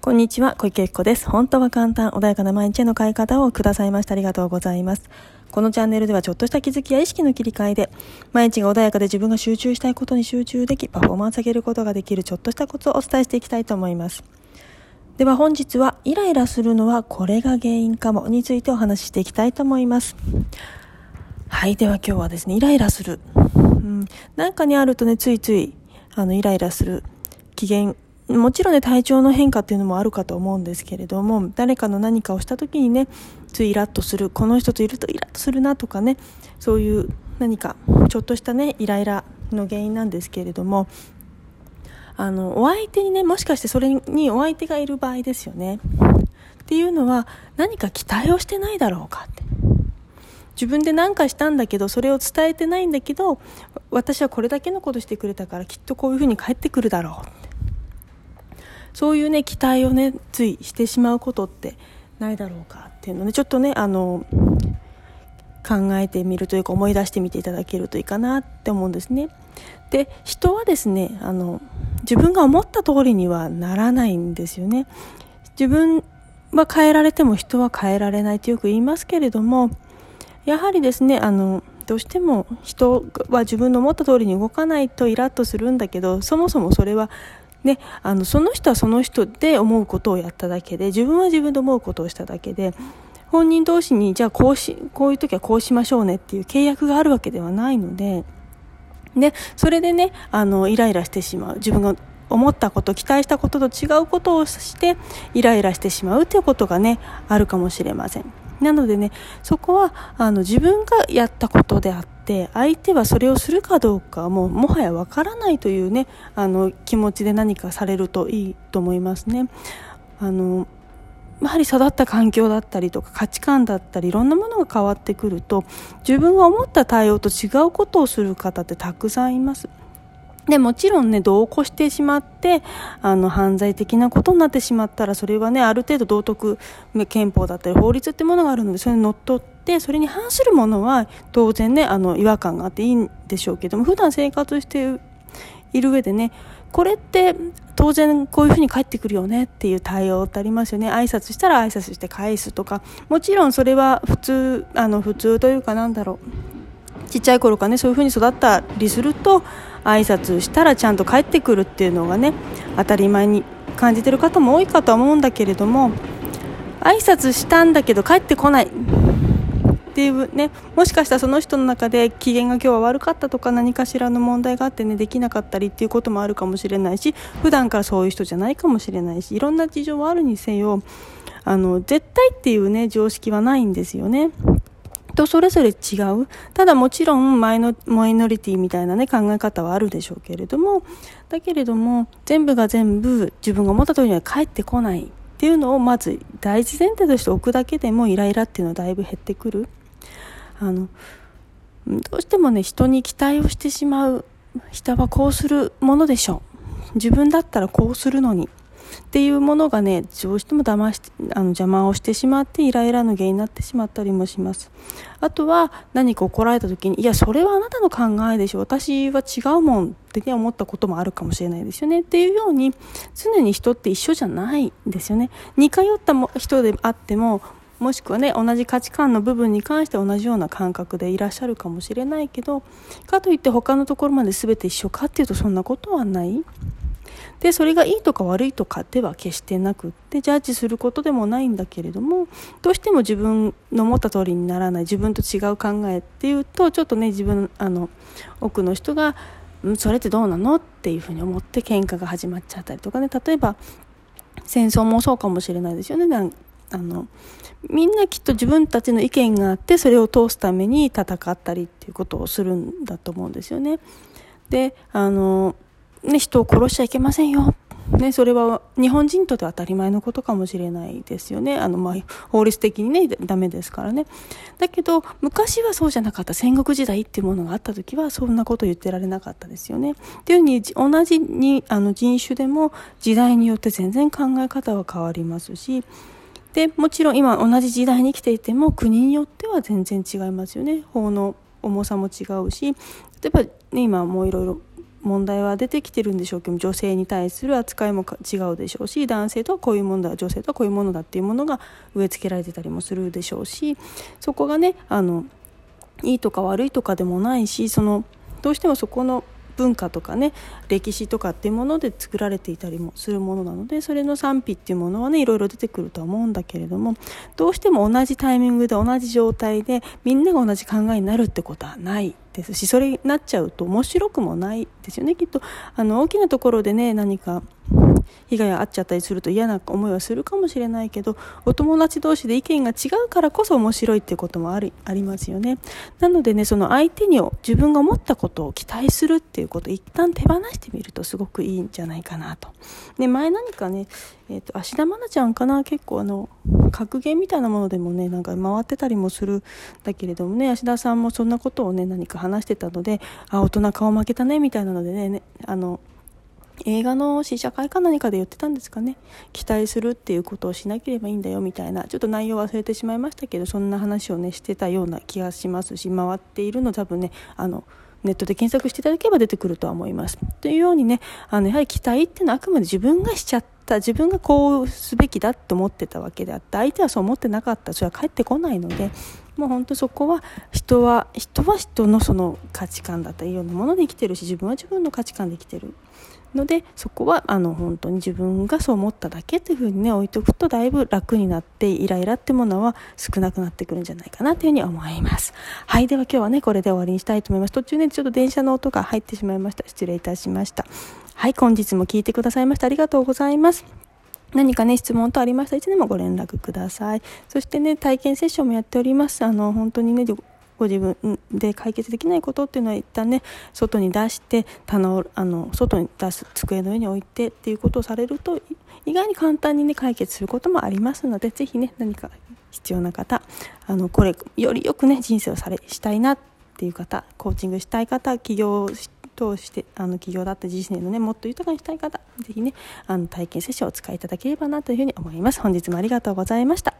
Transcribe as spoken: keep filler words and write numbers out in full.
こんにちは、小池恵子です。本当は簡単、穏やかな毎日への変え方をくださいましてありがとうございます。このチャンネルではちょっとした気づきや意識の切り替えで毎日が穏やかで自分が集中したいことに集中できパフォーマンス上げることができるちょっとしたコツをお伝えしていきたいと思います。では本日はイライラするのはこれが原因かもについてお話ししていきたいと思います。はい、では今日はですね、イライラする、うん、なんかにあるとね、ついついあのイライラする機嫌、もちろんね、体調の変化っていうのもあるかと思うんですけれども、誰かの何かをした時にね、ついイラッとする、この人といるとイラッとするなとかね、そういう何かちょっとしたね、イライラの原因なんですけれども、あのお相手にね、もしかしてそれにお相手がいる場合ですよね。っていうのは、何か期待をしてないだろうかって、自分で何かしたんだけどそれを伝えてないんだけど、私はこれだけのことしてくれたからきっとこういうふうに返ってくるだろうって、そういうね、期待をね、ついしてしまうことってないだろうかっていうので、ちょっとね、あの考えてみるというか、思い出してみていただけるといいかなって思うんですね。で、人はですね、あの自分が思った通りにはならないんですよね。自分は変えられても人は変えられないとよく言いますけれども、やはりですね、あのどうしても人は自分の思った通りに動かないとイラッとするんだけど、そもそもそれはね、あのその人はその人で思うことをやっただけで、自分は自分で思うことをしただけで、本人同士にじゃあこうしこういう時はこうしましょうねっていう契約があるわけではないので、でそれでね、あのイライラしてしまう、自分が思ったこと、期待したことと違うことをしてイライラしてしまうということがね、あるかもしれません。なのでね、そこはあの自分がやったことであって、相手はそれをするかどうかももはやわからないというね、あの気持ちで何かされるといいと思いますね。あのやはり育った環境だったりとか価値観だったり、いろんなものが変わってくると、自分が思った対応と違うことをする方ってたくさんいます。でもちろんね、度を越してしまってあの犯罪的なことになってしまったら、それはね、ある程度道徳憲法だったり法律ってものがあるので、それにのっとって、それに反するものは当然ね、あの違和感があっていいんでしょうけども、普段生活している上でね、これって当然こういうふうに返ってくるよねっていう対応ってありますよね。挨拶したら挨拶して返すとか、もちろんそれは普通あの普通というか、なんだろう、ちっちゃい頃からね、そういうふうに育ったりすると、挨拶したらちゃんと帰ってくるっていうのがね、当たり前に感じてる方も多いかと思うんだけれども、挨拶したんだけど帰ってこないっていうね、もしかしたらその人の中で機嫌が今日は悪かったとか、何かしらの問題があってね、できなかったりっていうこともあるかもしれないし、普段からそういう人じゃないかもしれないし、いろんな事情はあるにせよ、あの絶対っていうね、常識はないんですよね。人それぞれ違う。ただもちろんマイノ、マイノリティみたいなね、考え方はあるでしょうけれども、だけれども全部が全部自分が思った通りには返ってこないっていうのをまず第一前提として置くだけでも、イライラっていうのはだいぶ減ってくる。あのどうしてもね、人に期待をしてしまう。人はこうするものでしょう、自分だったらこうするのにっていうものがね、どうしても騙しあの邪魔をしてしまって、イライラの原因になってしまったりもします。あとは何か怒られた時に、いやそれはあなたの考えでしょ、私は違うもんって、ね、思ったこともあるかもしれないですよね。っていうように、常に人って一緒じゃないんですよね。似通った人であっても、もしくはね、同じ価値観の部分に関して同じような感覚でいらっしゃるかもしれないけど、かといって他のところまで全て一緒かっていうと、そんなことはない。でそれがいいとか悪いとかでは決してなくって、ジャッジすることでもないんだけれども、どうしても自分の思った通りにならない、自分と違う考えっていうと、ちょっとね、自分あの多くの人がんそれってどうなのっていうふうに思って喧嘩が始まっちゃったりとかね、例えば戦争もそうかもしれないですよね。なんあのみんなきっと自分たちの意見があって、それを通すために戦ったりっていうことをするんだと思うんですよね。であのね、人を殺しちゃいけませんよ、ね、それは日本人にとっては当たり前のことかもしれないですよね。あの、まあ、法律的にねダメですからね。だけど昔はそうじゃなかった。戦国時代っていうものがあった時はそんなこと言ってられなかったですよね。っていうふうに、同じにあの人種でも時代によって全然考え方は変わりますし、でもちろん今同じ時代に生きていても国によっては全然違いますよね。法の重さも違うし、例えば、ね、今もういろいろ問題は出てきてるんでしょうけど、女性に対する扱いも違うでしょうし、男性とはこういうものだ、女性とはこういうものだっていうものが植え付けられてたりもするでしょうし、そこがねあのいいとか悪いとかでもないし、そのどうしてもそこの文化とかね歴史とかっていうもので作られていたりもするものなので、それの賛否っていうものはねいろいろ出てくるとは思うんだけれども、どうしても同じタイミングで同じ状態でみんなが同じ考えになるってことはないですし、それになっちゃうと面白くもないですよね。きっとあの大きなところでね何か被害があっちゃったりすると嫌な思いはするかもしれないけど、お友達同士で意見が違うからこそ面白いっていうこともあり、ありますよね。なのでね、その相手に自分が思ったことを期待するっていうことを一旦手放してみるとすごくいいんじゃないかなと。で前何かね、えーと、芦田愛菜ちゃんかな、結構あの格言みたいなものでもねなんか回ってたりもするんだけれどもね、芦田さんもそんなことをね何か話してたので、あ大人顔負けたねみたいなので ね, ねあの映画の試写会か何かで言ってたんですかね。期待するっていうことをしなければいいんだよみたいな、ちょっと内容忘れてしまいましたけど、そんな話をねしてたような気がしますし、回っているの多分ねあのネットで検索していただければ出てくるとは思います。というようにね、あのやはり期待っていうのはあくまで自分がしちゃった自分がこうすべきだと思ってたわけであって、相手はそう思ってなかったらそれは返ってこないので、もう本当そこは人は人は人のその価値観だったりいろんなもので生きてるし、自分は自分の価値観で生きてるので、そこはあの本当に自分がそう思っただけというふうにね置いておくとだいぶ楽になって、イライラってものは少なくなってくるんじゃないかなというふうに思います。はい、では今日はねこれで終わりにしたいと思います。途中ねちょっと電車の音が入ってしまいました。失礼いたしました。はい、本日も聞いてくださいましてありがとうございます。何かね質問等ありましたらいつでもご連絡ください。そしてね体験セッションもやっております。あの本当にねご自分で解決できないことっていうのは一旦ね外に出して棚をあの外に出す、机の上に置いてっていうことをされると意外に簡単にね解決することもありますので、ぜひね何か必要な方、あのこれよりよくね人生をされしたいなっていう方、コーチングしたい方、企業通してあの企業だった人生のねもっと豊かにしたい方、ぜひねあの体験セッションをお使いいただければなというふうに思います。本日もありがとうございました。